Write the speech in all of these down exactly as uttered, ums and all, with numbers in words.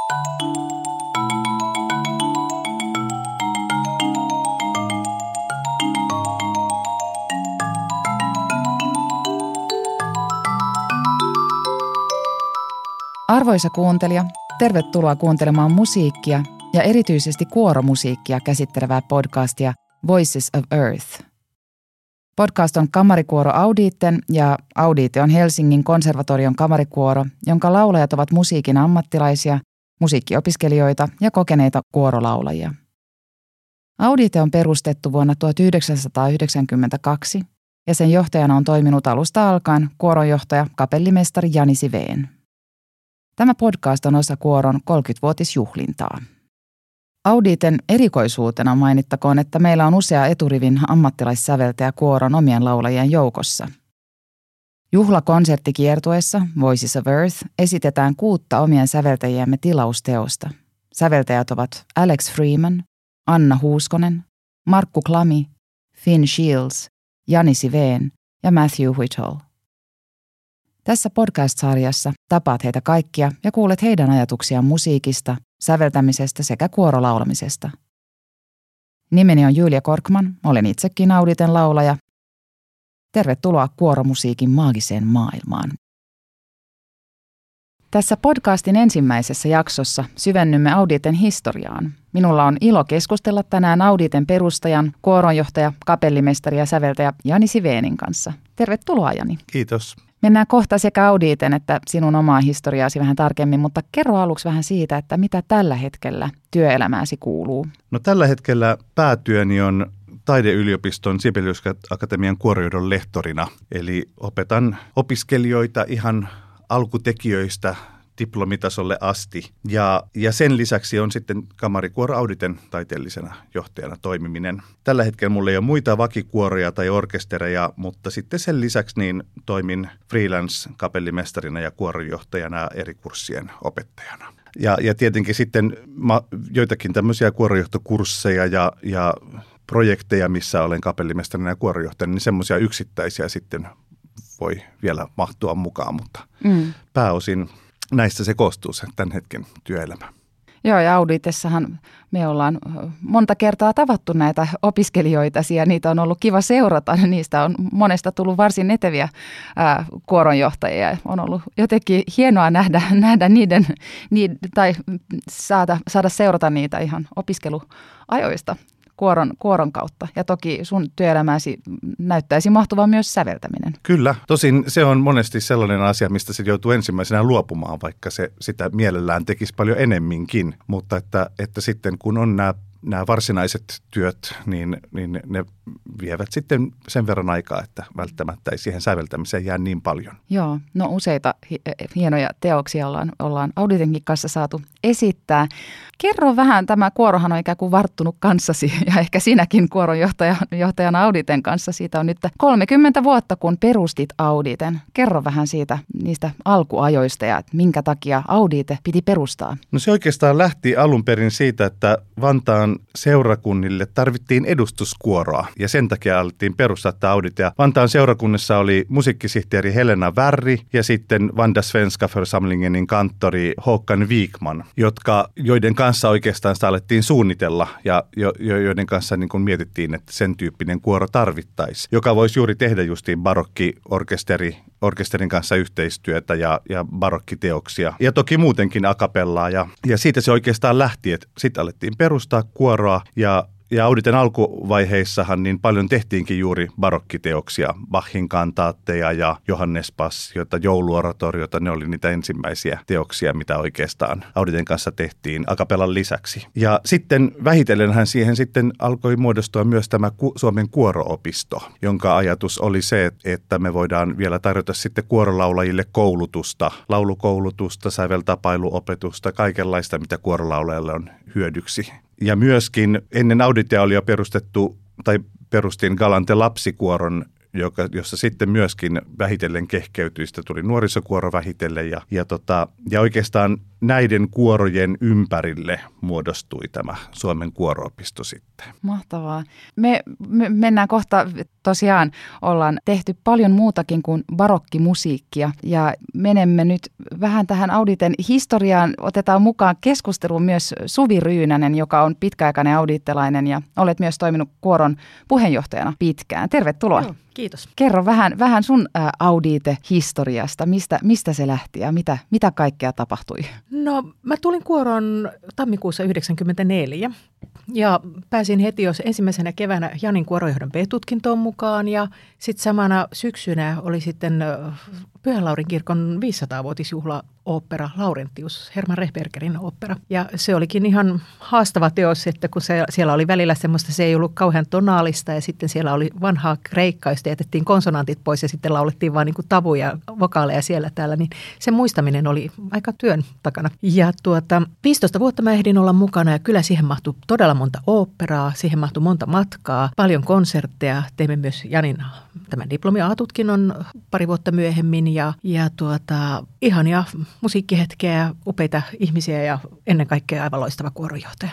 Arvoisa kuuntelija, tervetuloa kuuntelemaan musiikkia ja erityisesti kuoromusiikkia käsittelevää podcastia Voices of Earth. Podcast on kamarikuoro Auditen ja Audite on Helsingin konservatorion kamarikuoro, jonka laulajat ovat musiikin ammattilaisia, musiikkiopiskelijoita ja kokeneita kuorolaulajia. Audite on perustettu vuonna tuhatyhdeksänsataayhdeksänkymmentäkaksi ja sen johtajana on toiminut alusta alkaen kuoronjohtaja kapellimestari Jani Sivén. Tämä podcast on osa kuoron kolmekymmenvuotisjuhlintaa. Auditen erikoisuutena mainittakoon, että meillä on usea eturivin ammattilaissäveltäjä kuoron omien laulajien joukossa. Juhlakonserttikiertueessa Voices of Earth esitetään kuutta omien säveltäjiemme tilausteosta. Säveltäjät ovat Alex Freeman, Anna Huuskonen, Markku Klami, Finn Shields, Jani Sivén ja Matthew Whittle. Tässä podcast-sarjassa tapaat heitä kaikkia ja kuulet heidän ajatuksiaan musiikista, säveltämisestä sekä kuorolaulamisesta. Nimeni on Julia Korkman, olen itsekin Auditen laulaja. Tervetuloa kuoromusiikin maagiseen maailmaan. Tässä podcastin ensimmäisessä jaksossa syvennymme Auditen historiaan. Minulla on ilo keskustella tänään Auditen perustajan, kuoronjohtaja, kapellimestari ja säveltäjä Jani Sivénin kanssa. Tervetuloa, Jani. Kiitos. Mennään kohta sekä Auditen että sinun omaa historiaasi vähän tarkemmin, mutta kerro aluksi vähän siitä, että mitä tällä hetkellä työelämääsi kuuluu. No tällä hetkellä päätyöni on Taideyliopiston Sibelius Akatemian kuorojohdon lehtorina, eli opetan opiskelijoita ihan alkutekijöistä diplomitasolle asti. Ja, ja sen lisäksi on sitten kamarikuoro Auditen taiteellisena johtajana toimiminen. Tällä hetkellä mulla ei ole muita vakikuoroja tai orkestereja, mutta sitten sen lisäksi niin toimin freelance-kapellimestarina ja kuoronjohtajana eri kurssien opettajana. Ja, ja tietenkin sitten ma, joitakin tämmöisiä kuoronjohtokursseja ja, ja projekteja, missä olen kapellimestarina ja kuoronjohtajana, niin semmoisia yksittäisiä sitten voi vielä mahtua mukaan, mutta mm. pääosin näistä se koostuu se tämän hetken työelämä. Joo, ja Auditessahan me ollaan monta kertaa tavattu näitä opiskelijoitasi ja niitä on ollut kiva seurata. Niistä on monesta tullut varsin eteviä ää, kuoronjohtajia. On ollut jotenkin hienoa nähdä, nähdä niiden, niiden, tai saada, saada seurata niitä ihan opiskeluajoista. Kuoron, kuoron kautta. Ja toki sun työelämääsi näyttäisi mahtuvan myös säveltäminen. Kyllä. Tosin se on monesti sellainen asia, mistä se joutuu ensimmäisenä luopumaan, vaikka se sitä mielellään tekisi paljon enemminkin. Mutta että, että sitten kun on nämä, nämä varsinaiset työt, niin, niin ne vievät sitten sen verran aikaa, että välttämättä ei siihen säveltämiseen jää niin paljon. Joo, no useita hienoja teoksia ollaan, ollaan Auditenkin kanssa saatu esittää. Kerro vähän, tämä kuorohan on ikään kuin varttunut kanssasi ja ehkä sinäkin kuoronjohtajana Auditen kanssa. Siitä on nyt kolmekymmentä vuotta, kun perustit Auditen. Kerro vähän siitä niistä alkuajoista ja minkä takia Audite piti perustaa. No se oikeastaan lähti alun perin siitä, että Vantaan seurakunnille tarvittiin edustuskuoroa ja sen takia alettiin perustaa tämä Audite. Vantaan seurakunnassa oli musiikkisihteeri Helena Värri ja sitten Vanda Svenska Församlingenin kanttori Håkan Wikman, jotka, joiden kanssa oikeastaan sitä alettiin suunnitella ja jo, jo, joiden kanssa niin kuin mietittiin, että sen tyyppinen kuoro tarvittaisiin, joka voisi juuri tehdä justiin barokkiorkesteri, orkesterin kanssa yhteistyötä ja, ja barokkiteoksia ja toki muutenkin a cappellaa ja, ja siitä se oikeastaan lähti, että sitten alettiin perustaa kuoroa ja Ja Auditen alkuvaiheissahan niin paljon tehtiinkin juuri barokkiteoksia, Bachin kantaatteja ja Johannespassiota, jouluoratoriota, ne oli niitä ensimmäisiä teoksia, mitä oikeastaan Auditen kanssa tehtiin a cappellan lisäksi. Ja sitten vähitellenhän siihen sitten alkoi muodostua myös tämä Suomen kuoro-opisto, jonka ajatus oli se, että me voidaan vielä tarjota sitten kuorolaulajille koulutusta, laulukoulutusta, säveltapailuopetusta, kaikenlaista, mitä kuorolaulajalle on hyödyksi. Ja myöskin ennen Auditea oli jo perustettu, tai perustin Galante lapsikuoron, joka, jossa sitten myöskin vähitellen kehkeytyi. Sitten tuli nuorisokuoro vähitellen ja, ja, tota, ja oikeastaan näiden kuorojen ympärille muodostui tämä Suomen kuoro-opisto sitten. Mahtavaa. Me, me mennään kohta, tosiaan ollaan tehty paljon muutakin kuin barokkimusiikkia ja menemme nyt vähän tähän Auditen historiaan. Otetaan mukaan keskusteluun myös Suvi Ryynänen, joka on pitkäaikainen audiittelainen ja olet myös toiminut kuoron puheenjohtajana pitkään. Tervetuloa. Joo, kiitos. Kerro vähän, vähän sun ä, Audite-historiasta. Mistä, mistä se lähti ja mitä, mitä kaikkea tapahtui? No mä tulin kuoron tammikuussa yhdeksänkymmentäneljä ja pääsin heti jos ensimmäisenä keväänä Janin kuorojohdon B-tutkintoon mukaan ja sitten samana syksynä oli sitten Pyhän Laurin kirkon viisisataa-vuotisjuhla ooppera Laurentius, Herman Rehbergerin ooppera. Ja se olikin ihan haastava teos, että kun se, siellä oli välillä semmoista, se ei ollut kauhean tonaalista ja sitten siellä oli vanhaa kreikkaa, josta jätettiin konsonantit pois ja sitten laulettiin vaan niin kuin tavuja, vokaaleja siellä täällä, niin sen muistaminen oli aika työn takana. Ja tuota, viisitoista vuotta mä ehdin olla mukana ja kyllä siihen mahtui todella monta oopperaa, siihen mahtui monta matkaa, paljon konsertteja, teimme myös Janin tämän diplomi-A-tutkinnon pari vuotta myöhemmin ja, ja tuota, ihania musiikkihetkeä, upeita ihmisiä ja ennen kaikkea aivan loistava kuorojohtaja.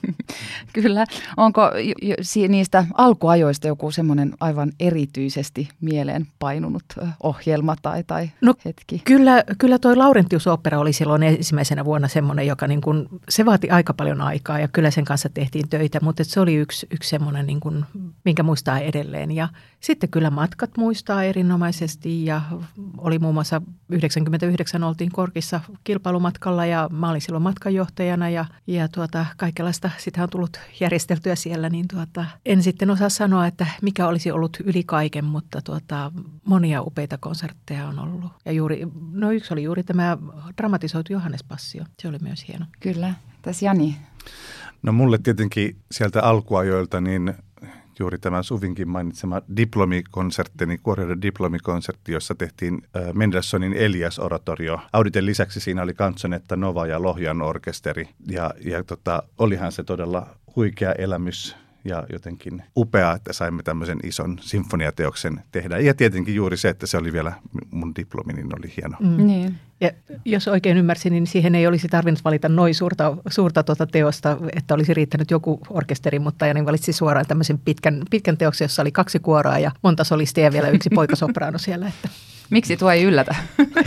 Kyllä. Onko niistä alkuajoista joku semmoinen aivan erityisesti mieleen painunut ohjelma tai, tai no, hetki? Kyllä, kyllä toi Laurentius-ooppera oli silloin ensimmäisenä vuonna semmoinen, joka niin kuin, se vaati aika paljon aikaa ja kyllä sen kanssa tehtiin töitä, mutta se oli yksi, yksi semmoinen, niin kuin, minkä muistaa edelleen. Ja sitten kyllä matkat muistaa erinomaisesti ja oli muun muassa yhdeksänkymmentäyhdeksän oltiin Korkissa kilpailumatkalla ja mä olin silloin matkanjohtajana ja, ja tuota, kaikenlaista sitä on tullut järjesteltyä siellä, niin tuota, en sitten osaa sanoa, että mikä olisi ollut yli kaiken, mutta tuota, monia upeita konsertteja on ollut. Ja juuri, no yksi oli juuri tämä dramatisoitu Johannes Passio, se oli myös hieno. Kyllä, tässä Jani. No mulle tietenkin sieltä alkuajoilta niin juuri tämä Suvinkin mainitsema diplomikonsertti, niin kuorojohdon diplomikonsertti, jossa tehtiin äh, Mendelssohnin Elias-oratorio. Auditen lisäksi siinä oli Canzonetta Nova ja Lohjan orkesteri. Ja, ja tota, olihan se todella huikea elämys ja jotenkin upea, että saimme tämmöisen ison sinfoniateoksen tehdä. Ja tietenkin juuri se, että se oli vielä mun diplomi, niin oli hieno. Mm. Niin. Ja jos oikein ymmärsin, niin siihen ei olisi tarvinnut valita noin suurta, suurta tuota teosta, että olisi riittänyt joku orkesteri, mutta Jani valitsi suoraan tämmöisen pitkän, pitkän teoksen, jossa oli kaksi kuoroa ja monta solistia ja vielä yksi poikasopraano siellä. Että. Miksi tuo ei yllätä?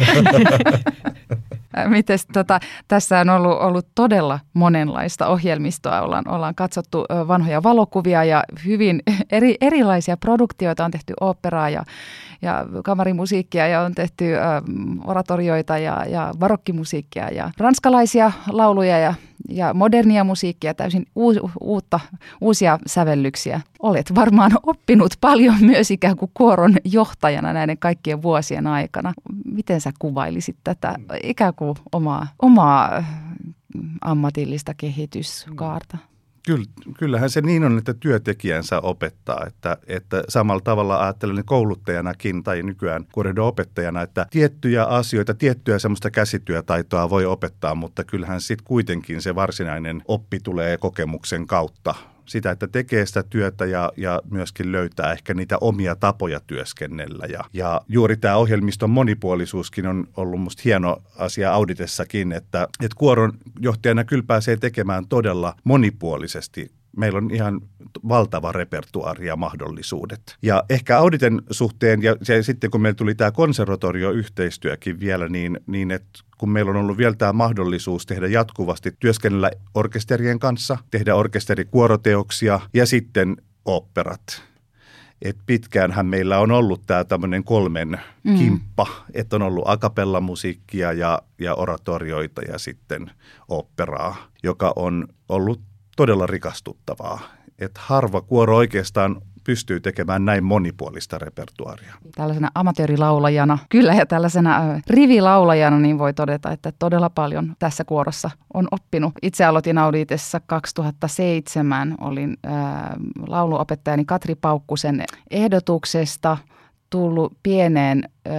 Mites, tota, tässä on ollut, ollut todella monenlaista ohjelmistoa. Ollaan, ollaan katsottu vanhoja valokuvia ja hyvin eri, erilaisia produktioita. On tehty oopperaa ja, ja kamarimusiikkia ja on tehty ä, oratorioita ja, ja barokkimusiikkia ja ranskalaisia lauluja ja, ja modernia musiikkia, täysin uus, uutta, uusia sävellyksiä. Olet varmaan oppinut paljon myös ikään kuin kuoron johtajana näiden kaikkien vuosien aikana. Miten sä kuvailisit tätä ikään kuin omaa, omaa ammatillista kehityskaarta? Kyllähän se niin on, että työtekijänsä opettaa, että, että samalla tavalla ajattelen kouluttajanakin tai nykyään kuorojohdon opettajana, että tiettyjä asioita, tiettyä semmoista käsityötaitoa voi opettaa, mutta kyllähän sitten kuitenkin se varsinainen oppi tulee kokemuksen kautta. Sitä, että tekee sitä työtä ja, ja myöskin löytää ehkä niitä omia tapoja työskennellä. Ja, ja juuri tämä ohjelmiston monipuolisuuskin on ollut musta hieno asia Auditessakin, että, että kuoron johtajana kyllä pääsee tekemään todella monipuolisesti. Meillä on ihan valtava repertuaari ja mahdollisuudet. Ja ehkä Auditen suhteen, ja se, sitten kun meillä tuli tämä konservatorioyhteistyökin vielä, niin, niin että kun meillä on ollut vielä tämä mahdollisuus tehdä jatkuvasti työskennellä orkesterien kanssa, tehdä orkesterikuoroteoksia ja sitten oopperat. Et pitkäänhän meillä on ollut tämä tämmöinen kolmen mm. kimppa, että on ollut a cappella musiikkia ja, ja oratorioita ja sitten oopperaa, joka on ollut todella rikastuttavaa. Että harva kuoro oikeastaan pystyy tekemään näin monipuolista repertuaaria. Tällaisena amatöörilaulajana, kyllä ja tällaisena äh, rivilaulajana, niin voi todeta, että todella paljon tässä kuorossa on oppinut. Itse aloitin Auditessa kaksituhattaseitsemän, olin äh, lauluopettajani Katri Paukkusen ehdotuksesta tullut pieneen äh,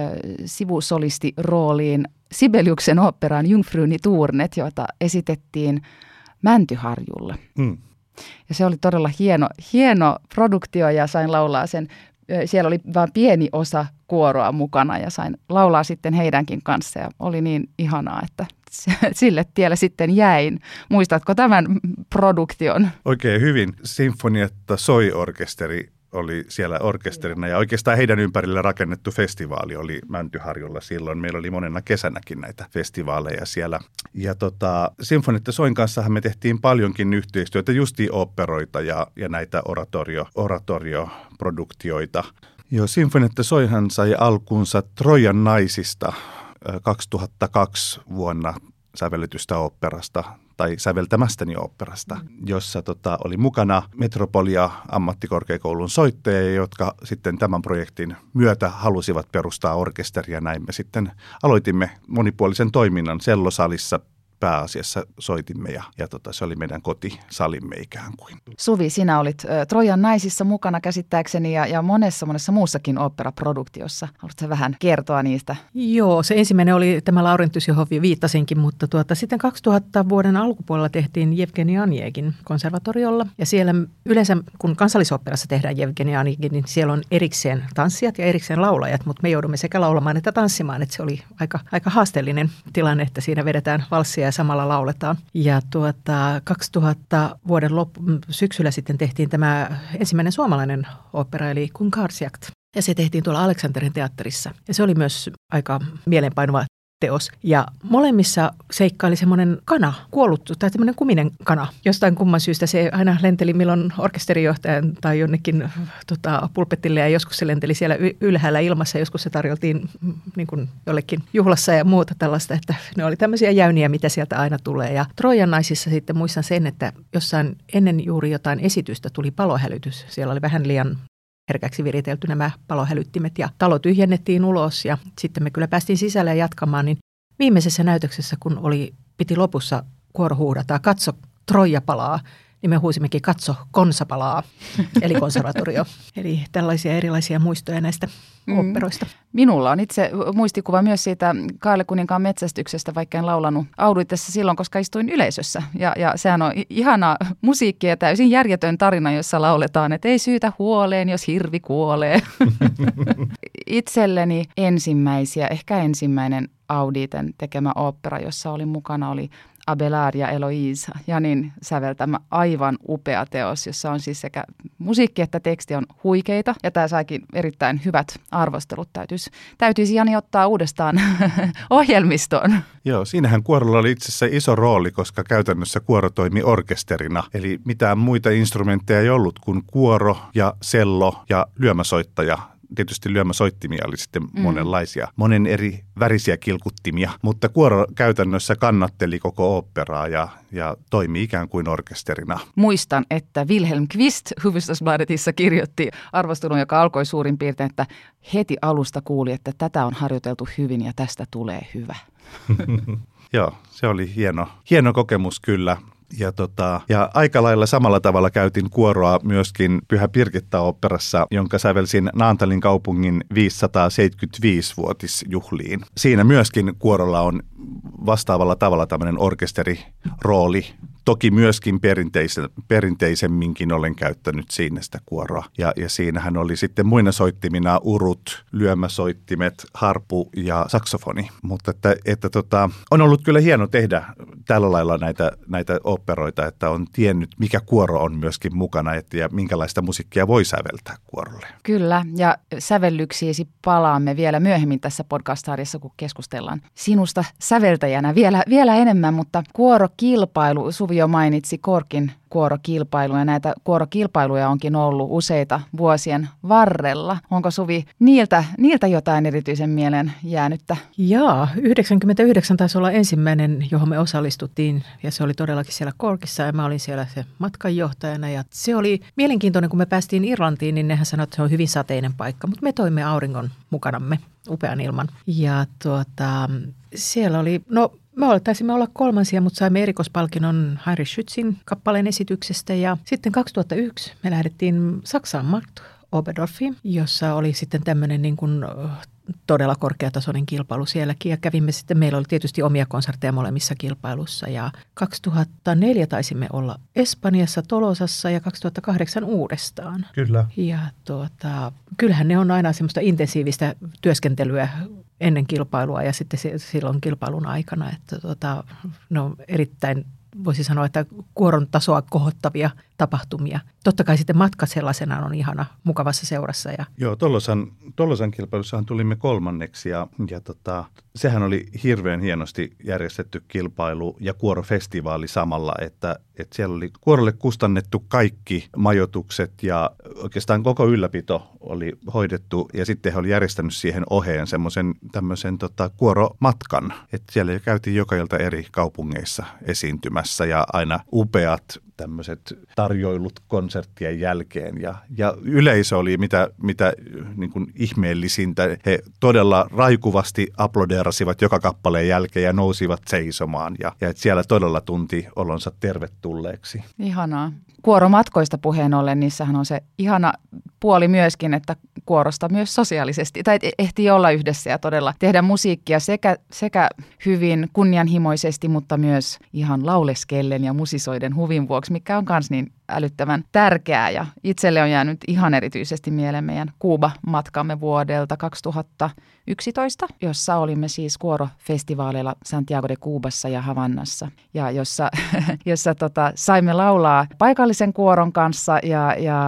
sivusolistirooliin Sibeliuksen oopperaan Jungfruni Turnet, jota esitettiin Mäntyharjulla. Mm. Ja se oli todella hieno, hieno produktio ja sain laulaa sen. Siellä oli vain pieni osa kuoroa mukana ja sain laulaa sitten heidänkin kanssa ja oli niin ihanaa, että sille tielle sitten jäin. Muistatko tämän produktion? Oikein hyvin. Sinfonietta Soi-orkesteri oli siellä orkesterina ja oikeastaan heidän ympärillä rakennettu festivaali oli Mäntyharjulla silloin. Meillä oli monena kesänäkin näitä festivaaleja siellä. Ja tota, Sinfonietta Soin kanssahan me tehtiin paljonkin yhteistyötä, justiin oopperoita ja, ja näitä oratorio, oratorioproduktioita. Joo, Sinfonietta Soihan sai alkunsa Trojan naisista kaksituhattakaksi vuonna sävelletystä oopperasta tai säveltämästäni oopperasta, jossa tota, oli mukana Metropolia ammattikorkeakoulun soittajia, jotka sitten tämän projektin myötä halusivat perustaa orkesteria. Näin me sitten aloitimme monipuolisen toiminnan Sellosalissa. Pääasiassa soitimme ja, ja tota, se oli meidän kotisalimme ikään kuin. Suvi, sinä olit ö, Trojan naisissa mukana käsittääkseni ja, ja monessa monessa muussakin oopperaproduktiossa. Haluatko vähän kertoa niistä? Joo, se ensimmäinen oli tämä Laurentius, johon viittasinkin, mutta tuota, sitten kaksituhatta vuoden alkupuolella tehtiin Jevgeni Onegin konservatoriolla. Ja siellä yleensä, kun kansallisoopperassa tehdään Jevgeni Onegin, niin siellä on erikseen tanssijat ja erikseen laulajat, mutta me joudumme sekä laulamaan että tanssimaan. Että se oli aika, aika haasteellinen tilanne, että siinä vedetään valssia ja samalla lauletaan. Ja tuota, kaksituhatta vuoden loppu, syksyllä sitten tehtiin tämä ensimmäinen suomalainen opera, eli Kunkarsjakt. Ja se tehtiin tuolla Aleksanterin teatterissa. Ja se oli myös aika mieleenpainuva teos. Ja molemmissa seikkaili semmoinen kana, kuollut tai tämmöinen kuminen kana. Jostain kumman syystä se aina lenteli milloin orkesterijohtajan tai jonnekin tota, pulpetille ja joskus se lenteli siellä ylhäällä ilmassa. Joskus se tarjoltiin niin kuin jollekin juhlassa ja muuta tällaista, että ne oli tämmöisiä jäyniä, mitä sieltä aina tulee. Ja Trojan naisissa sitten muistan sen, että jossain ennen juuri jotain esitystä tuli palohälytys. Siellä oli vähän liian herkäksi viritelty nämä palohälyttimet ja talo tyhjennettiin ulos ja sitten me kyllä päästiin sisälle ja jatkamaan, niin viimeisessä näytöksessä, kun oli, piti lopussa kuoro huudata, katso Troja palaa, niin me huusimmekin katso Konsa palaa, eli konservatorio. Eli tällaisia erilaisia muistoja näistä mm. oopperoista. Minulla on itse muistikuva myös siitä Kaarle kuninkaan metsästyksestä, vaikka en laulanut auduitessa silloin, koska istuin yleisössä. Ja, ja sehän on ihana musiikki ja täysin järjetön tarina, jossa lauletaan, että ei syytä huoleen, jos hirvi kuolee. Itselleni ensimmäisiä, ehkä ensimmäinen Auditen tekemä ooppera, jossa oli mukana, oli Abelard ja Eloise, Janin säveltämä aivan upea teos, jossa on siis sekä musiikki että teksti on huikeita. Ja tämä saikin erittäin hyvät arvostelut. Täytyisi, täytyisi Jani ottaa uudestaan ohjelmistoon. Joo, siinähän kuorolla oli itse asiassa iso rooli, koska käytännössä kuoro toimi orkesterina. Eli mitään muita instrumentteja ei ollut kuin kuoro ja sello ja lyömäsoittaja. Tietysti lyömäsoittimia oli sitten mm. monenlaisia, monen eri värisiä kilkuttimia, mutta kuoro käytännössä kannatteli koko oopperaa ja, ja toimi ikään kuin orkesterina. Muistan, että Wilhelm Quist Hufvudstadsbladetissa kirjoitti arvostelun, joka alkoi suurin piirtein, että heti alusta kuuli, että tätä on harjoiteltu hyvin ja tästä tulee hyvä. Joo, se oli hieno, hieno kokemus kyllä. Ja, tota, ja aika lailla samalla tavalla käytin kuoroa myöskin Pyhä Birgitta-oopperassa, jonka sävelsin Naantalin kaupungin viisisataaseitsemänkymmentäviisi-vuotisjuhliin. Siinä myöskin kuorolla on vastaavalla tavalla tämmöinen orkesterirooli. Toki myöskin perinteise, perinteisemminkin olen käyttänyt siinä sitä kuoroa. Ja, ja siinähän oli sitten muina soittimina urut, lyömäsoittimet, harppu ja saksofoni. Mutta että, että tota, on ollut kyllä hieno tehdä tällä lailla näitä, näitä oopperoita, että on tiennyt, mikä kuoro on myöskin mukana et, ja minkälaista musiikkia voi säveltää kuorolle. Kyllä, ja sävellyksiisi palaamme vielä myöhemmin tässä podcast-sarjassa, kun keskustellaan sinusta säveltäjänä vielä, vielä enemmän, mutta kuorokilpailu, Suvi jo mainitsi Corkin kuorokilpailu ja näitä kuorokilpailuja onkin ollut useita vuosien varrella. Onko Suvi niiltä, niiltä jotain erityisen mieleen jäänyttä? Jaa, yhdeksänkymmentäyhdeksän taisi olla ensimmäinen, johon me osallistuttiin ja se oli todellakin siellä Corkissa ja mä olin siellä se matkanjohtajana ja se oli mielenkiintoinen, kun me päästiin Irlantiin, niin nehän sanoivat, että se on hyvin sateinen paikka, mutta me toimme auringon mukanamme, upean ilman ja tuota, siellä oli, no me taisimme olla kolmansia, mutta saimme erikoispalkinnon Heinrich Schützin kappaleen esityksestä ja sitten kaksituhattayksi me lähdettiin Saksaan Markt Oberdorfiin, jossa oli sitten tämmöinen niin kuin todella korkeatasoinen kilpailu sielläkin ja kävimme sitten, meillä oli tietysti omia konsertteja molemmissa kilpailussa ja kaksituhattaneljä taisimme olla Espanjassa, Tolosassa ja kaksituhattakahdeksan uudestaan. Kyllä. Ja tuota, kyllähän ne on aina semmoista intensiivistä työskentelyä ennen kilpailua ja sitten silloin kilpailun aikana. Että tuota, ne on erittäin, voisi sanoa, että kuoron tasoa kohottavia tapahtumia. Totta kai sitten matka sellaisenaan on ihana mukavassa seurassa. Ja... Joo, Tollosan, Tollosan kilpailussahan tulimme kolmanneksi ja, ja tota, sehän oli hirveän hienosti järjestetty kilpailu ja kuorofestivaali samalla, että, että siellä oli kuorolle kustannettu kaikki majoitukset ja oikeastaan koko ylläpito oli hoidettu ja sitten he oli järjestänyt siihen oheen semmoisen tämmöisen tota, kuoromatkan, että siellä jo käytiin joka ilta eri kaupungeissa esiintymässä ja aina upeat tämmöiset tarjoilut konserttien jälkeen ja, ja yleisö oli mitä, mitä niin kuin ihmeellisintä. He todella raikuvasti aplodeerasivat joka kappaleen jälkeen ja nousivat seisomaan ja, ja että siellä todella tunti olonsa tervetulleeksi. Ihanaa. Kuoromatkoista puheen ollen, niissähän on se ihana puoli myöskin, että kuorosta myös sosiaalisesti, tai ehtii olla yhdessä ja todella tehdä musiikkia sekä, sekä hyvin kunnianhimoisesti, mutta myös ihan lauleskellen ja musisoiden huvin vuoksi, mikä on myös niin älyttömän tärkeää. Ja itselle on jäänyt ihan erityisesti mieleen meidän Kuuba-matkamme vuodelta kaksituhattayksitoista, jossa olimme siis kuorofestivaaleilla Santiago de Cubassa ja Havannassa, ja jossa, jossa tota, saimme laulaa paikallisen kuoron kanssa ja, ja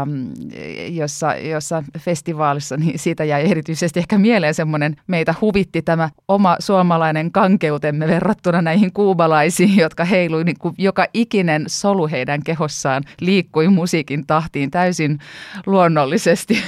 jossa, jossa festivaalissa, niin siitä jäi erityisesti ehkä mieleen semmoinen, meitä huvitti tämä oma suomalainen kankeutemme verrattuna näihin kuubalaisiin, jotka heilui niin kuin joka ikinen solu heidän kehossaan liikkui musiikin tahtiin täysin luonnollisesti.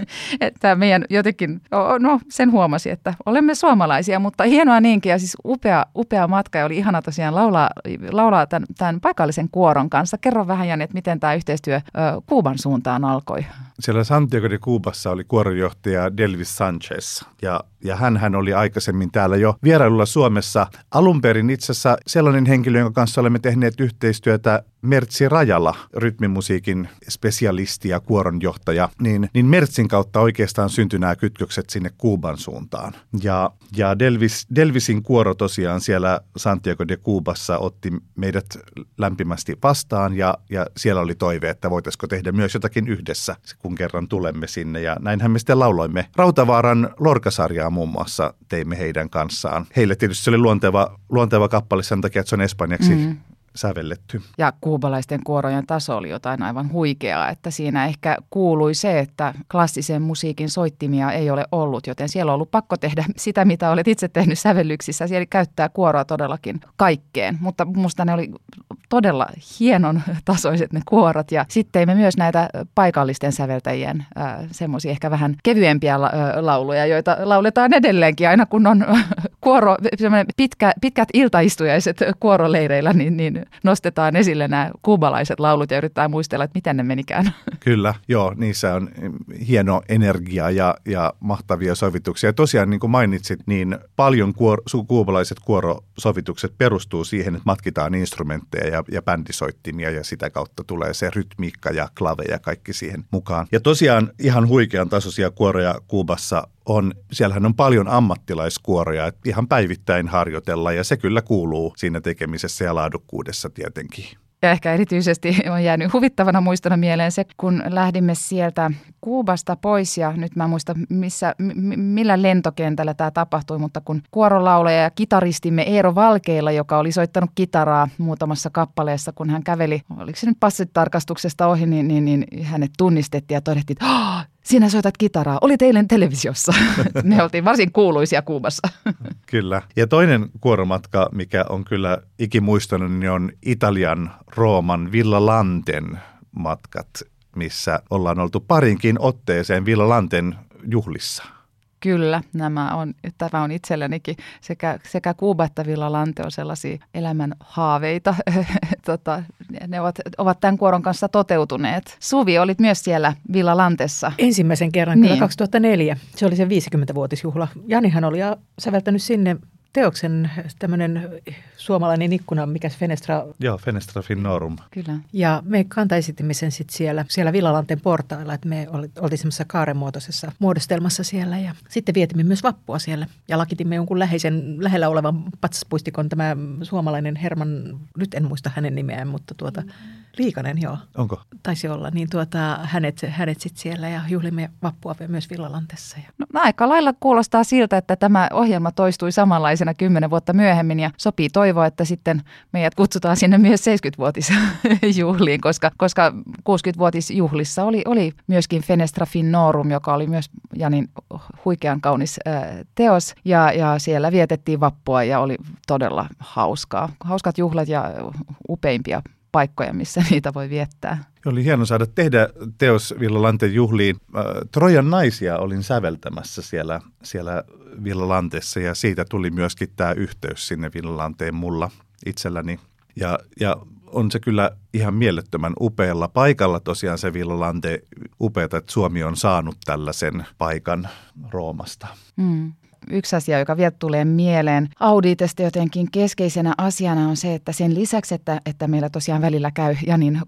Että meidän jotenkin, no sen huomasi, että olemme suomalaisia, mutta hienoa niinkin ja siis upea, upea matka ja oli ihana tosiaan laulaa, laulaa tämän, tämän paikallisen kuoron kanssa. Kerro vähän, Jani, että miten tämä yhteistyö ö, Kuuban suuntaan alkoi. Siellä Santiago de Cubassa oli kuoronjohtaja Delvis Sanchez ja, ja hänhän oli aikaisemmin täällä jo vierailulla Suomessa. Alun perin itse asiassa sellainen henkilö, jonka kanssa olemme tehneet yhteistyötä, Mertsi Rajala, rytmimusiikin spesialisti ja kuoronjohtaja, niin, niin Mertsin kautta oikeastaan syntyi nämä kytkökset sinne Kuuban suuntaan. Ja, ja Delvis, Delvisin kuoro tosiaan siellä Santiago de Cubassa otti meidät lämpimästi vastaan ja, ja siellä oli toive, että voitaisiko tehdä myös jotakin yhdessä, kun kerran tulemme sinne. Ja näinhän me sitten lauloimme Rautavaaran Lorca-sarjaa muun muassa teimme heidän kanssaan. Heille tietysti se oli luonteva, luonteva kappale sen takia, että se on espanjaksi. Mm. sävelletty. Ja kuubalaisten kuorojen taso oli jotain aivan huikeaa, että siinä ehkä kuului se, että klassisen musiikin soittimia ei ole ollut, joten siellä on ollut pakko tehdä sitä, mitä olet itse tehnyt sävellyksissä. Siellä käyttää kuoroa todellakin kaikkeen, mutta minusta ne oli todella hienon tasoiset ne kuorot. Ja sitten teimme myös näitä paikallisten säveltäjien äh, semmoisia ehkä vähän kevyempiä la, äh, lauluja, joita lauletaan edelleenkin aina kun on kuoro, pitkä, pitkät iltaistujaiset kuoroleireillä, niin, niin nostetaan esille nämä kuubalaiset laulut ja yritetään muistella, että miten ne menikään. Kyllä, joo, niissä on hieno energia ja, ja mahtavia sovituksia. Ja tosiaan, niin kuin mainitsit, niin paljon kuor, kuubalaiset kuorosovitukset perustuu siihen, että matkitaan instrumentteja ja, ja bändisoittimia ja sitä kautta tulee se rytmiikka ja klave ja kaikki siihen mukaan. Ja tosiaan ihan huikean tasoisia kuoroja Kuubassa on, siellähän on paljon ammattilaiskuoroja, että ihan päivittäin harjoitella ja se kyllä kuuluu siinä tekemisessä ja laadukkuudessa tietenkin. Ja ehkä erityisesti on jäänyt huvittavana muistona mieleen se, kun lähdimme sieltä Kuubasta pois ja nyt mä en muista missä, m- millä lentokentällä tämä tapahtui, mutta kun kuorolaulaja ja kitaristimme Eero Valkeilla, joka oli soittanut kitaraa muutamassa kappaleessa, kun hän käveli, oliko se nyt passitarkastuksesta ohi, niin, niin, niin hänet tunnistettiin ja todettiin, että oh, sinä soitat kitaraa, oli eilen televisiossa. Me oltiin varsin kuuluisia Kuubassa. Kyllä. Ja toinen kuoromatka, mikä on kyllä ikimuistunut, niin on Italian Rooman Villa Lanten matkat, missä ollaan oltu parinkin otteeseen Villa Lanten juhlissa. Kyllä, nämä on, tämä on itsellenikin sekä, sekä Kuuba että Villa Lante on sellaisia elämän haaveita. tota, ne ovat, ovat tämän kuoron kanssa toteutuneet. Suvi, olit myös siellä Villa Lantessa. Ensimmäisen kerran niin. Kyllä kaksituhattaneljä. Se oli se viisikymmentävuotisjuhla. Janihan oli säveltänyt sinne teoksen tämmöinen suomalainen ikkuna, mikä Fenestra... Joo, Fenestra Finnorum. Kyllä. Ja me kantaisitimme sen sitten siellä, siellä Villa Lanten portailla, että me oltiin semmoisessa kaarenmuotoisessa muodostelmassa siellä ja sitten vietimme myös vappua siellä ja lakitimme jonkun läheisen, lähellä olevan patsaspuistikon, tämä suomalainen Herman, nyt en muista hänen nimeään, mutta tuota... Liikanen, joo. Onko? Taisi olla, niin tuota, hänet, hänet sitten siellä ja juhlimme vappua myös Villalantessa. No, aika lailla kuulostaa siltä, että tämä ohjelma toistui samanlaisena kymmenen vuotta myöhemmin ja sopii toivoa, että sitten meidät kutsutaan sinne myös seitsemänkymmentävuotisjuhliin, koska, koska kuusikymmentävuotisjuhlissa oli, oli myöskin Fenestra Finnorum, joka oli myös Janin huikean kaunis äh, teos ja, ja siellä vietettiin vappua ja oli todella hauskaa. Hauskat juhlat ja upeimpia paikkoja, missä niitä voi viettää. Oli hieno saada tehdä teos Villalanteen juhliin. Äh, Trojan naisia olin säveltämässä siellä, siellä Villalantessa ja siitä tuli myöskin tämä yhteys sinne Villalanteen mulla itselläni. Ja, ja on se kyllä ihan mielettömän upealla paikalla tosiaan se Villalante upeata, että Suomi on saanut tällaisen paikan Roomasta. Mm. Yksi asia, joka vielä tulee mieleen Auditesta jotenkin keskeisenä asiana on se, että sen lisäksi, että, että meillä tosiaan välillä käy Janin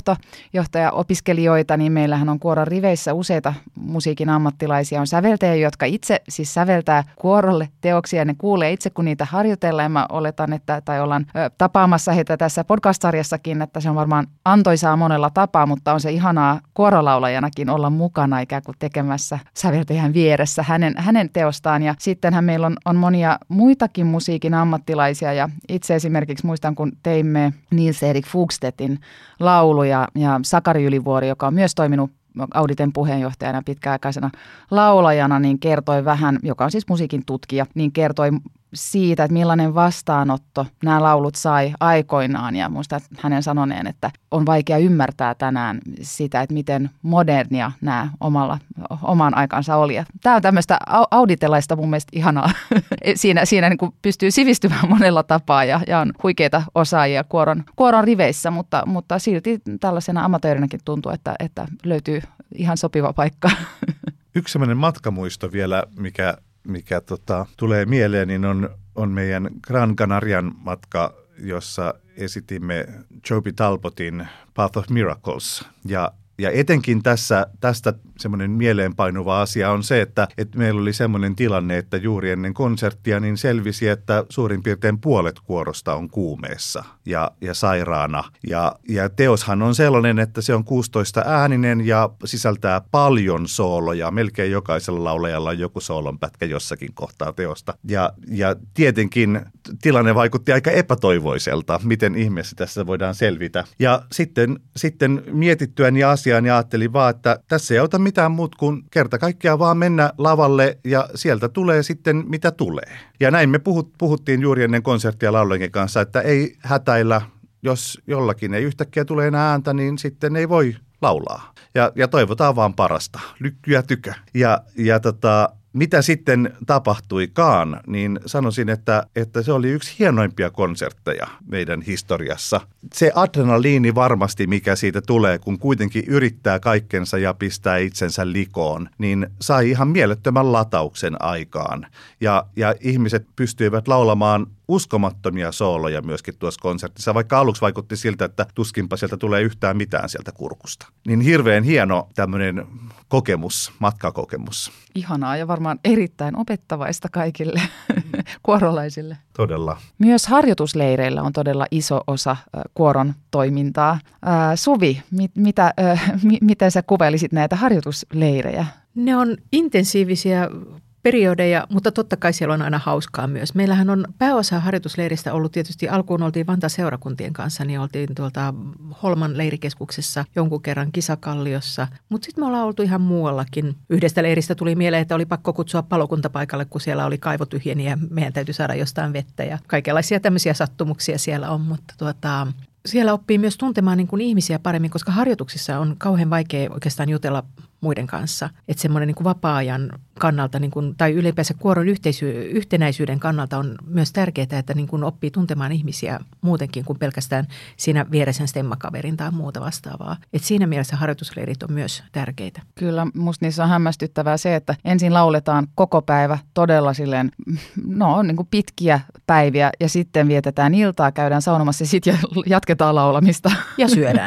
kuoronjohtaja-opiskelijoita, niin meillähän on kuoron riveissä useita musiikin ammattilaisia. On säveltäjiä, jotka itse siis säveltää kuorolle teoksia ja ne kuulee itse, kun niitä harjoitellaan. Ja mä oletan, että tai ollaan ö, tapaamassa heitä tässä podcast-sarjassakin, että se on varmaan antoisaa monella tapaa, mutta on se ihanaa kuorolaulajanakin olla mukana ikään kuin tekemässä säveltäjän vieressä hänen, hänen teostaan ja sittenhän meillä on, on monia muitakin musiikin ammattilaisia ja itse esimerkiksi muistan, kun teimme Nils-Erik Fugstedtin lauluja ja Sakari Ylivuori, joka on myös toiminut Auditen puheenjohtajana pitkäaikaisena laulajana, niin kertoi vähän, joka on siis musiikin tutkija, niin kertoi siitä, että millainen vastaanotto nämä laulut sai aikoinaan. Ja muistan hänen sanoneen, että on vaikea ymmärtää tänään sitä, että miten modernia nämä omalla, oman aikansa oli. Ja tämä on tämmöistä auditelaista mun mielestä ihanaa. Siinä, siinä niin kuin pystyy sivistymään monella tapaa ja, ja on huikeita osaajia kuoron, kuoron riveissä, mutta, mutta silti tällaisena amatöörinäkin tuntuu, että, että löytyy ihan sopiva paikka. Yksi sellainen matkamuisto vielä, mikä mikä tota, tulee mieleen, niin on, on meidän Gran Canarian matka, jossa esitimme Joby Talbotin Path of Miracles. Ja, ja etenkin tässä, tästä semmoinen mieleenpainuva asia on se, että, että meillä oli semmoinen tilanne, että juuri ennen konserttia niin selvisi, että suurin piirtein puolet kuorosta on kuumeessa ja, ja sairaana. Ja, ja teoshan on sellainen, että se on kuusitoista ääninen ja sisältää paljon sooloja. Melkein jokaisella laulajalla on joku soolonpätkä jossakin kohtaa teosta. Ja, ja tietenkin tilanne vaikutti aika epätoivoiselta, miten ihmeessä tässä voidaan selvitä. Ja sitten, sitten mietittyäni asiaan ja ajattelin vaan, että tässä ei auta mitään muut kuin kerta kaikkiaan vaan mennä lavalle ja sieltä tulee sitten mitä tulee. Ja näin me puhut, puhuttiin juuri ennen konserttia laulajien kanssa, että ei hätäillä, jos jollakin ei yhtäkkiä tule enää ääntä, niin sitten ei voi laulaa. Ja, ja toivotaan vaan parasta, lykkyä tykö. Ja, ja tota, mitä sitten tapahtuikaan, niin sanoisin, että, että se oli yksi hienoimpia konsertteja meidän historiassa. Se adrenaliini varmasti, mikä siitä tulee, kun kuitenkin yrittää kaikkensa ja pistää itsensä likoon, niin sai ihan mielettömän latauksen aikaan. Ja, ja ihmiset pystyivät laulamaan uskomattomia sooloja myöskin tuossa konsertissa, vaikka aluksi vaikutti siltä, että tuskinpa sieltä tulee yhtään mitään sieltä kurkusta. Niin hirveän hieno tämmöinen kokemus, matkakokemus. Ihanaa ja varmaan erittäin opettavaista kaikille kuorolaisille. Todella. Myös harjoitusleireillä on todella iso osa äh, kuoron toimintaa. Äh, Suvi, mit, mitä, äh, mi, miten sä kuvailisit näitä harjoitusleirejä? Ne on intensiivisiä periodeja, mutta totta kai siellä on aina hauskaa myös. Meillähän on pääosa harjoitusleiristä ollut tietysti, alkuun oltiin Vantaan seurakuntien kanssa, niin oltiin tuolta Holman leirikeskuksessa jonkun kerran Kisakalliossa, mutta sitten me ollaan oltu ihan muuallakin. Yhdestä leiristä tuli mieleen, että oli pakko kutsua palokunta paikalle, kun siellä oli kaivo tyhjeni ja meidän täytyy saada jostain vettä ja kaikenlaisia tämmöisiä sattumuksia siellä on, mutta tuota, siellä oppii myös tuntemaan niin kuin ihmisiä paremmin, koska harjoituksissa on kauhean vaikea oikeastaan jutella muiden kanssa. Että semmoinen niin kuin vapaa-ajan kannalta niin kuin, tai ylipäänsä kuoron yhteisy- yhtenäisyyden kannalta on myös tärkeää, että niin kuin oppii tuntemaan ihmisiä muutenkin kuin pelkästään siinä vieressä stemmakaverin tai muuta vastaavaa. Et siinä mielessä harjoitusleirit on myös tärkeitä. Kyllä, musta niissä on hämmästyttävää se, että ensin lauletaan koko päivä todella silleen, no niin kuin pitkiä päiviä ja sitten vietetään iltaa, käydään saunomassa ja sitten jatketaan laulamista. Ja syödään.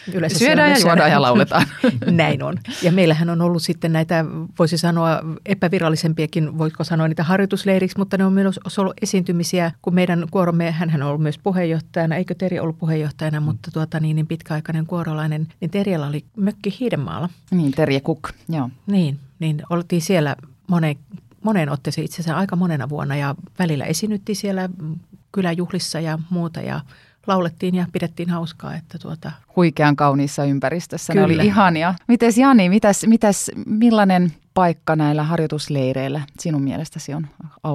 Yleensä syödään ja juodaan ja lauletaan. Näin on. Ja meillähän on ollut sitten näitä, voisi sanoa epävirallisempiakin, voiko sanoa niitä harjoitusleiriksi, mutta ne on myös ollut esiintymisiä, kun meidän kuoromme, hänhän on ollut myös puheenjohtajana, eikö Terje ollut puheenjohtajana, mm. mutta tuota niin, niin pitkäaikainen kuorolainen, niin Terjellä oli mökki Hiidenmaalla. Niin, Terje Kuk, joo. Niin, niin oltiin siellä moneen, moneen otteeseen itse asiassa aika monena vuonna ja välillä esiinnyttiin siellä kyläjuhlissa ja muuta ja laulettiin ja pidettiin hauskaa. Että tuota. Huikean kauniissa ympäristössä. Kyllä. Ne oli ihania. Mites Jani, mitäs, mitäs, millainen paikka näillä harjoitusleireillä sinun mielestäsi on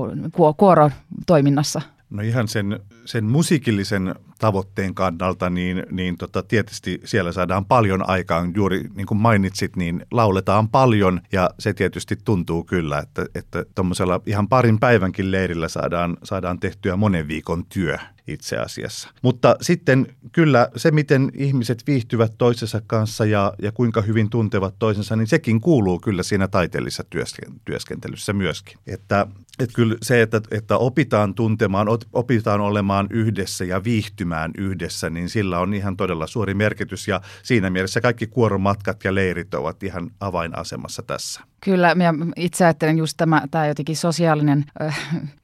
kuorotoiminnassa? No ihan sen, sen musiikillisen tavoitteen kannalta, niin, niin tota, tietysti siellä saadaan paljon aikaan. Juuri niin kuin mainitsit, niin lauletaan paljon ja se tietysti tuntuu kyllä, että, että tuommoisella ihan parin päivänkin leirillä saadaan, saadaan tehtyä monen viikon työ itse asiassa. Mutta sitten kyllä se, miten ihmiset viihtyvät toisensa kanssa ja, ja kuinka hyvin tuntevat toisensa, niin sekin kuuluu kyllä siinä taiteellisessa työskentelyssä myöskin. Että, että kyllä se, että, että opitaan tuntemaan, opitaan olemaan yhdessä ja viihtymään yhdessä, niin sillä on ihan todella suuri merkitys ja siinä mielessä kaikki kuoromatkat ja leirit ovat ihan avainasemassa tässä. Kyllä, minä itse ajattelen just tämä, tämä jotenkin sosiaalinen äh,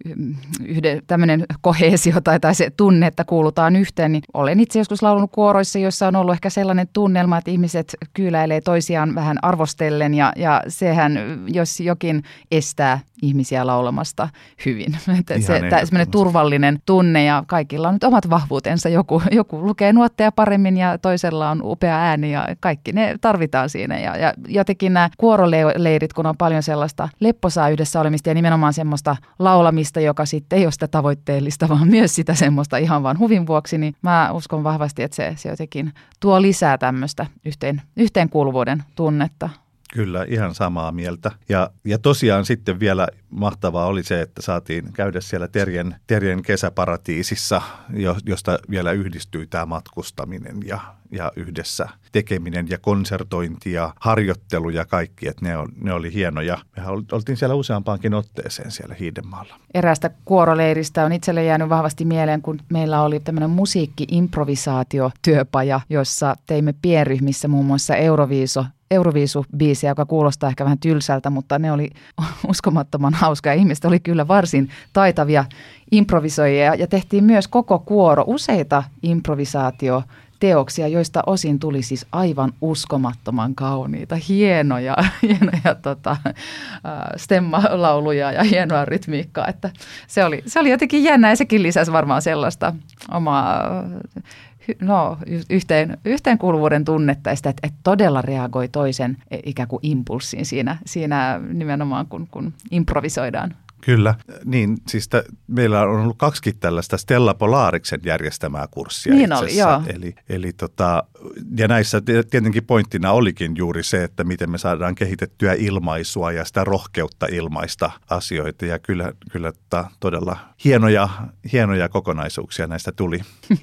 yhde, tämmöinen koheesio tai, tai se tunne, että kuulutaan yhteen, niin olen itse joskus laulunut kuoroissa, joissa on ollut ehkä sellainen tunnelma, että ihmiset kyyläilee toisiaan vähän arvostellen ja, ja sehän, jos jokin estää ihmisiä laulamasta hyvin. Että se semmoinen turvallinen tunne ja kaikilla on nyt omat vahvuutensa. Joku, joku lukee nuotteja paremmin ja toisella on upea ääni ja kaikki ne tarvitaan siinä. Ja, ja jotenkin nämä kuoroleirit, kun on paljon sellaista lepposaa yhdessä olemista ja nimenomaan semmoista laulamista, joka sitten ei ole sitä tavoitteellista, vaan myös sitä semmoista ihan vaan huvin vuoksi, niin mä uskon vahvasti, että se, se jotenkin tuo lisää tämmöistä yhteen, yhteenkuuluvuuden tunnetta. Kyllä, ihan samaa mieltä. Ja, ja tosiaan sitten vielä mahtavaa oli se, että saatiin käydä siellä Terjen, Terjen kesäparatiisissa, josta vielä yhdistyy tämä matkustaminen ja, ja yhdessä tekeminen ja konsertointi ja harjoittelu ja kaikki, että ne, on, ne oli hienoja. Mehän oltiin siellä useampaankin otteeseen siellä Hiidenmaalla. Eräästä kuoroleiristä on itselle jäänyt vahvasti mieleen, kun meillä oli tämmöinen musiikki-improvisaatiotyöpaja, jossa teimme pienryhmissä muun muassa Euroviiso Euroviisu-biisiä, joka kuulostaa ehkä vähän tylsältä, mutta ne oli uskomattoman hauska. Ihmiset oli kyllä varsin taitavia improvisoijia ja tehtiin myös koko kuoro useita improvisaatioteoksia, joista osin tuli siis aivan uskomattoman kauniita, hienoja, hienoja tota, stemmalauluja ja hienoa rytmiikkaa. Että se, oli, se oli jotenkin jännä ja sekin lisäsi varmaan sellaista omaa No, yhteen, yhteenkuuluvuuden tunnetta ja sitä, että, että todella reagoi toisen ikään kuin impulssiin siinä, siinä nimenomaan, kun, kun improvisoidaan. Kyllä, niin siis t- meillä on ollut kaksikin tällaista Stella Polariksen järjestämää kurssia niin itse asiassa. Oli, eli, eli tota, ja näissä tietenkin pointtina olikin juuri se, että miten me saadaan kehitettyä ilmaisua ja sitä rohkeutta ilmaista asioita ja kyllä, kyllä tota, todella hienoja, hienoja kokonaisuuksia näistä tuli.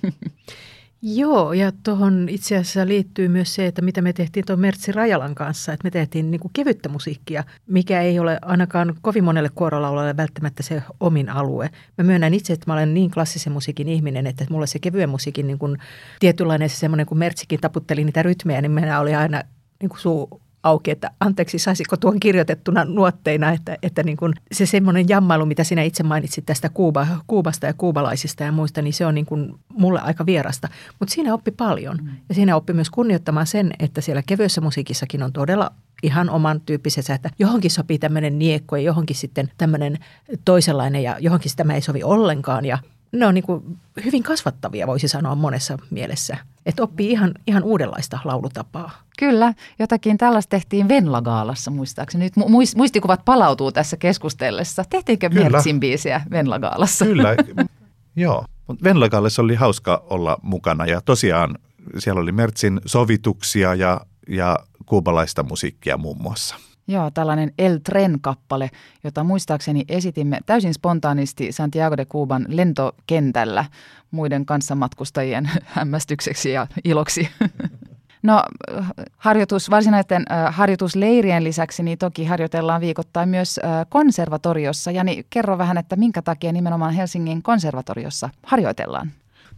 Joo, ja tuohon itse asiassa liittyy myös se, että mitä me tehtiin tuon Mertsi Rajalan kanssa, että me tehtiin niin kuin kevyttä musiikkia, mikä ei ole ainakaan kovin monelle kuorolaulajalle välttämättä se omin alue. Mä myönnän itse, että mä olen niin klassisen musiikin ihminen, että mulle se kevyen musiikin niin kuin tietynlainen se semmoinen, kun Mertsikin taputteli niitä rytmejä, niin meillä oli aina niin kuin suu auki, että anteeksi, saisiko tuon kirjoitettuna nuotteina, että, että niin kuin se semmoinen jammailu, mitä sinä itse mainitsit tästä Kuuba, Kuubasta ja kuubalaisista ja muista, niin se on niin kuin mulle aika vierasta. Mutta siinä oppi paljon mm. ja siinä oppi myös kunnioittamaan sen, että siellä kevyessä musiikissakin on todella ihan oman tyyppisensä, että johonkin sopii tämmöinen niekko ja johonkin sitten tämmöinen toisenlainen ja johonkin sitä ei sovi ollenkaan ja ne on niin kuin hyvin kasvattavia, voisi sanoa monessa mielessä, että oppii ihan, ihan uudenlaista laulutapaa. Kyllä, jotakin tällaista tehtiin Venla-gaalassa muistaakseni. Nyt muistikuvat palautuu tässä keskustellessa. Tehtiinkö Mertsin biisiä Venla-gaalassa? Kyllä, joo. Venla-gaalassa oli hauska olla mukana ja tosiaan siellä oli Mertsin sovituksia ja, ja kuubalaista musiikkia muun muassa. Joo, tällainen El Tren-kappale, jota muistaakseni esitimme täysin spontaanisti Santiago de Cuban lentokentällä muiden kanssamatkustajien hämmästykseksi ja iloksi. No harjoitus, varsinaisten äh, harjoitusleirien lisäksi niin toki harjoitellaan viikoittain myös äh, konservatoriossa. Ja niin kerro vähän, että minkä takia nimenomaan Helsingin konservatoriossa harjoitellaan?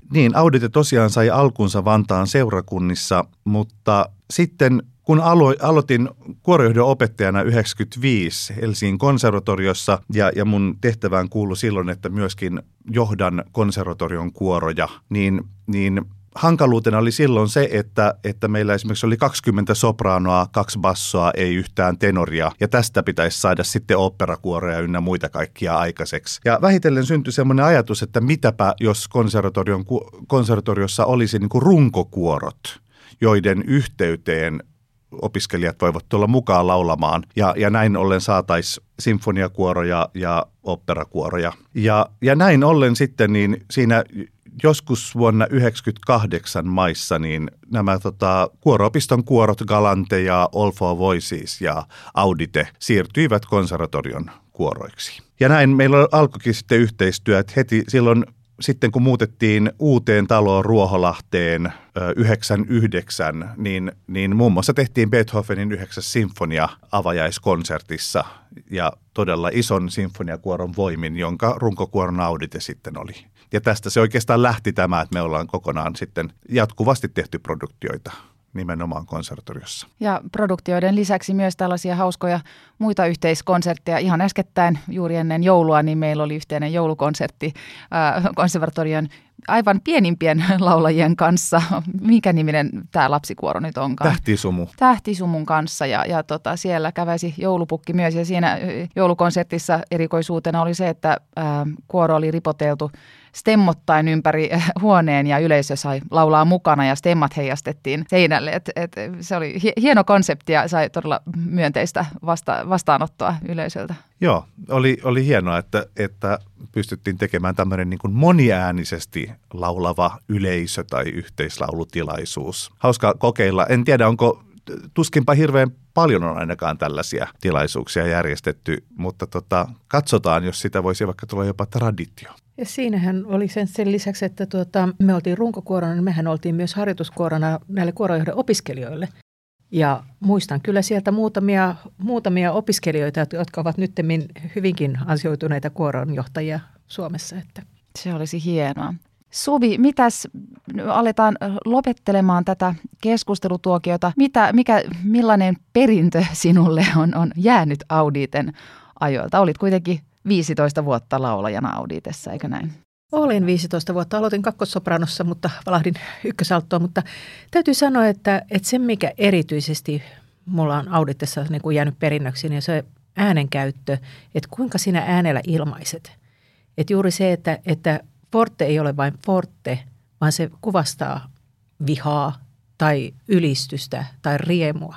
Niin, Audite tosiaan sai alkunsa Vantaan seurakunnissa, mutta sitten kun alo- aloitin kuorojohdon opettajana yhdeksänkymmentäviisi Helsingin konservatoriossa ja, ja mun tehtävään kuului silloin, että myöskin johdan konservatorion kuoroja, niin, niin hankaluutena oli silloin se, että, että meillä esimerkiksi oli kaksikymmentä sopraanoa, kaksi bassoa, ei yhtään tenoria. Ja tästä pitäisi saada sitten oopperakuoroja ynnä muita kaikkia aikaiseksi. Ja vähitellen syntyi semmoinen ajatus, että mitäpä jos konservatorion, konservatoriossa olisi niin kuin runkokuorot, joiden yhteyteen opiskelijat voivat tulla mukaan laulamaan. Ja, ja näin ollen saataisiin sinfoniakuoroja ja oopperakuoroja. Ja, ja näin ollen sitten niin siinä joskus vuonna yhdeksänkymmentäkahdeksan maissa niin nämä tota, kuoro-opiston kuorot Galante ja All for Voices ja Audite siirtyivät konservatorion kuoroiksi. Ja näin meillä alkoikin sitten yhteistyöt heti silloin sitten kun muutettiin uuteen taloon Ruoholahteen yhdeksänkymmentäyhdeksän, niin, niin muun muassa tehtiin Beethovenin yhdeksäs sinfonia avajaiskonsertissa ja todella ison sinfoniakuoron voimin, jonka runkokuoron Audite sitten oli. Ja tästä se oikeastaan lähti tämä, että me ollaan kokonaan sitten jatkuvasti tehty produktioita nimenomaan konservatoriossa. Ja produktioiden lisäksi myös tällaisia hauskoja muita yhteiskonsertteja. Ihan äskettäin juuri ennen joulua, niin meillä oli yhteinen joulukonsertti äh, konservatorion aivan pienimpien laulajien kanssa. Mikä niminen tämä lapsikuoro nyt onkaan? Tähtisumu. Tähtisumun kanssa ja, ja tota, siellä käväisi joulupukki myös ja siinä joulukonsertissa erikoisuutena oli se, että äh, kuoro oli ripoteltu stemmottain ympäri huoneen ja yleisö sai laulaa mukana ja stemmat heijastettiin seinälle. Et, et, se oli hieno konsepti ja sai todella myönteistä vasta, vastaanottoa yleisöltä. Joo, oli, oli hienoa, että, että pystyttiin tekemään tämmöinen niin kuin moniäänisesti laulava yleisö tai yhteislaulutilaisuus. Hauska kokeilla. En tiedä, onko tuskinpa hirveän paljon on ainakaan tällaisia tilaisuuksia järjestetty, mutta tota, katsotaan, jos sitä voisi vaikka tulla jopa traditio. Ja siinähän oli sen, sen lisäksi, että tuota, me oltiin runkokuorona, niin mehän oltiin myös harjoituskuorona näille kuorojohdon opiskelijoille. Ja muistan kyllä sieltä muutamia, muutamia opiskelijoita, jotka ovat nyttemmin hyvinkin ansioituneita kuoronjohtajia Suomessa. Että. Se olisi hienoa. Suvi, mitäs aletaan lopettelemaan tätä keskustelutuokiota? Mitä, mikä, millainen perintö sinulle on, on jäänyt Auditen ajoilta? Olit kuitenkin viisitoista vuotta laulajana Auditessa, eikö näin? Olin viisitoista vuotta. Aloitin kakkossopranossa, mutta valahdin ykkösalttoon. Mutta täytyy sanoa, että, että se mikä erityisesti mulla on Auditessa niin kuin jäänyt perinnöksi, niin se äänenkäyttö, että kuinka sinä äänellä ilmaiset. Että juuri se, että, että forte ei ole vain forte, vaan se kuvastaa vihaa tai ylistystä tai riemua.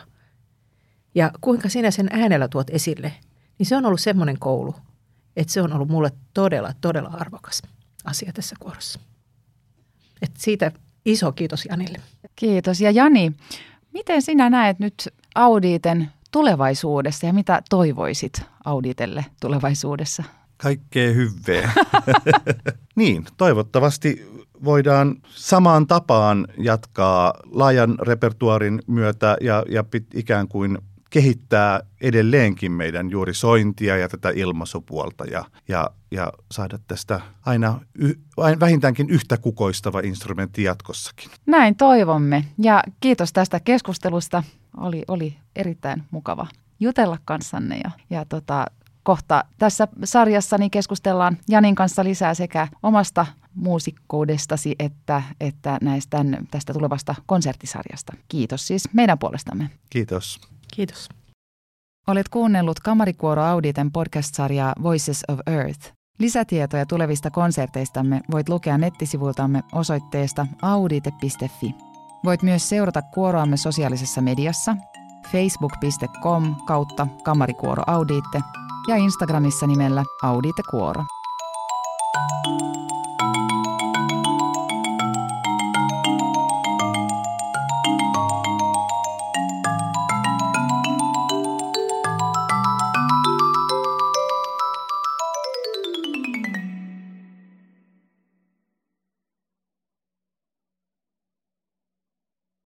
Ja kuinka sinä sen äänellä tuot esille, niin se on ollut semmoinen koulu, että se on ollut mulle todella, todella arvokas asia tässä kuorossa. Et siitä iso kiitos Janille. Kiitos. Ja Jani, miten sinä näet nyt Auditen tulevaisuudessa ja mitä toivoisit Auditelle tulevaisuudessa? Kaikkea hyvää. Niin, toivottavasti voidaan samaan tapaan jatkaa laajan repertuaarin myötä ja, ja pit, ikään kuin kehittää edelleenkin meidän juuri sointia ja tätä ilmaisupuolta ja, ja, ja saada tästä aina y, vähintäänkin yhtä kukoistava instrumentti jatkossakin. Näin toivomme ja kiitos tästä keskustelusta. Oli, oli erittäin mukava jutella kanssanne ja, ja tota, kohta tässä sarjassani keskustellaan Janin kanssa lisää sekä omasta muusikkoudestasi että, että näistä, tästä tulevasta konserttisarjasta. Kiitos siis meidän puolestamme. Kiitos. Kiitos. Olet kuunnellut Kamarikuoro Auditen podcast-sarjaa Voices of Earth. Lisätietoja tulevista konserteistamme voit lukea nettisivultamme osoitteesta audite piste fi. Voit myös seurata kuoroamme sosiaalisessa mediassa facebook piste com kautta Kamarikuoro Audite ja Instagramissa nimellä Audite Kuoro.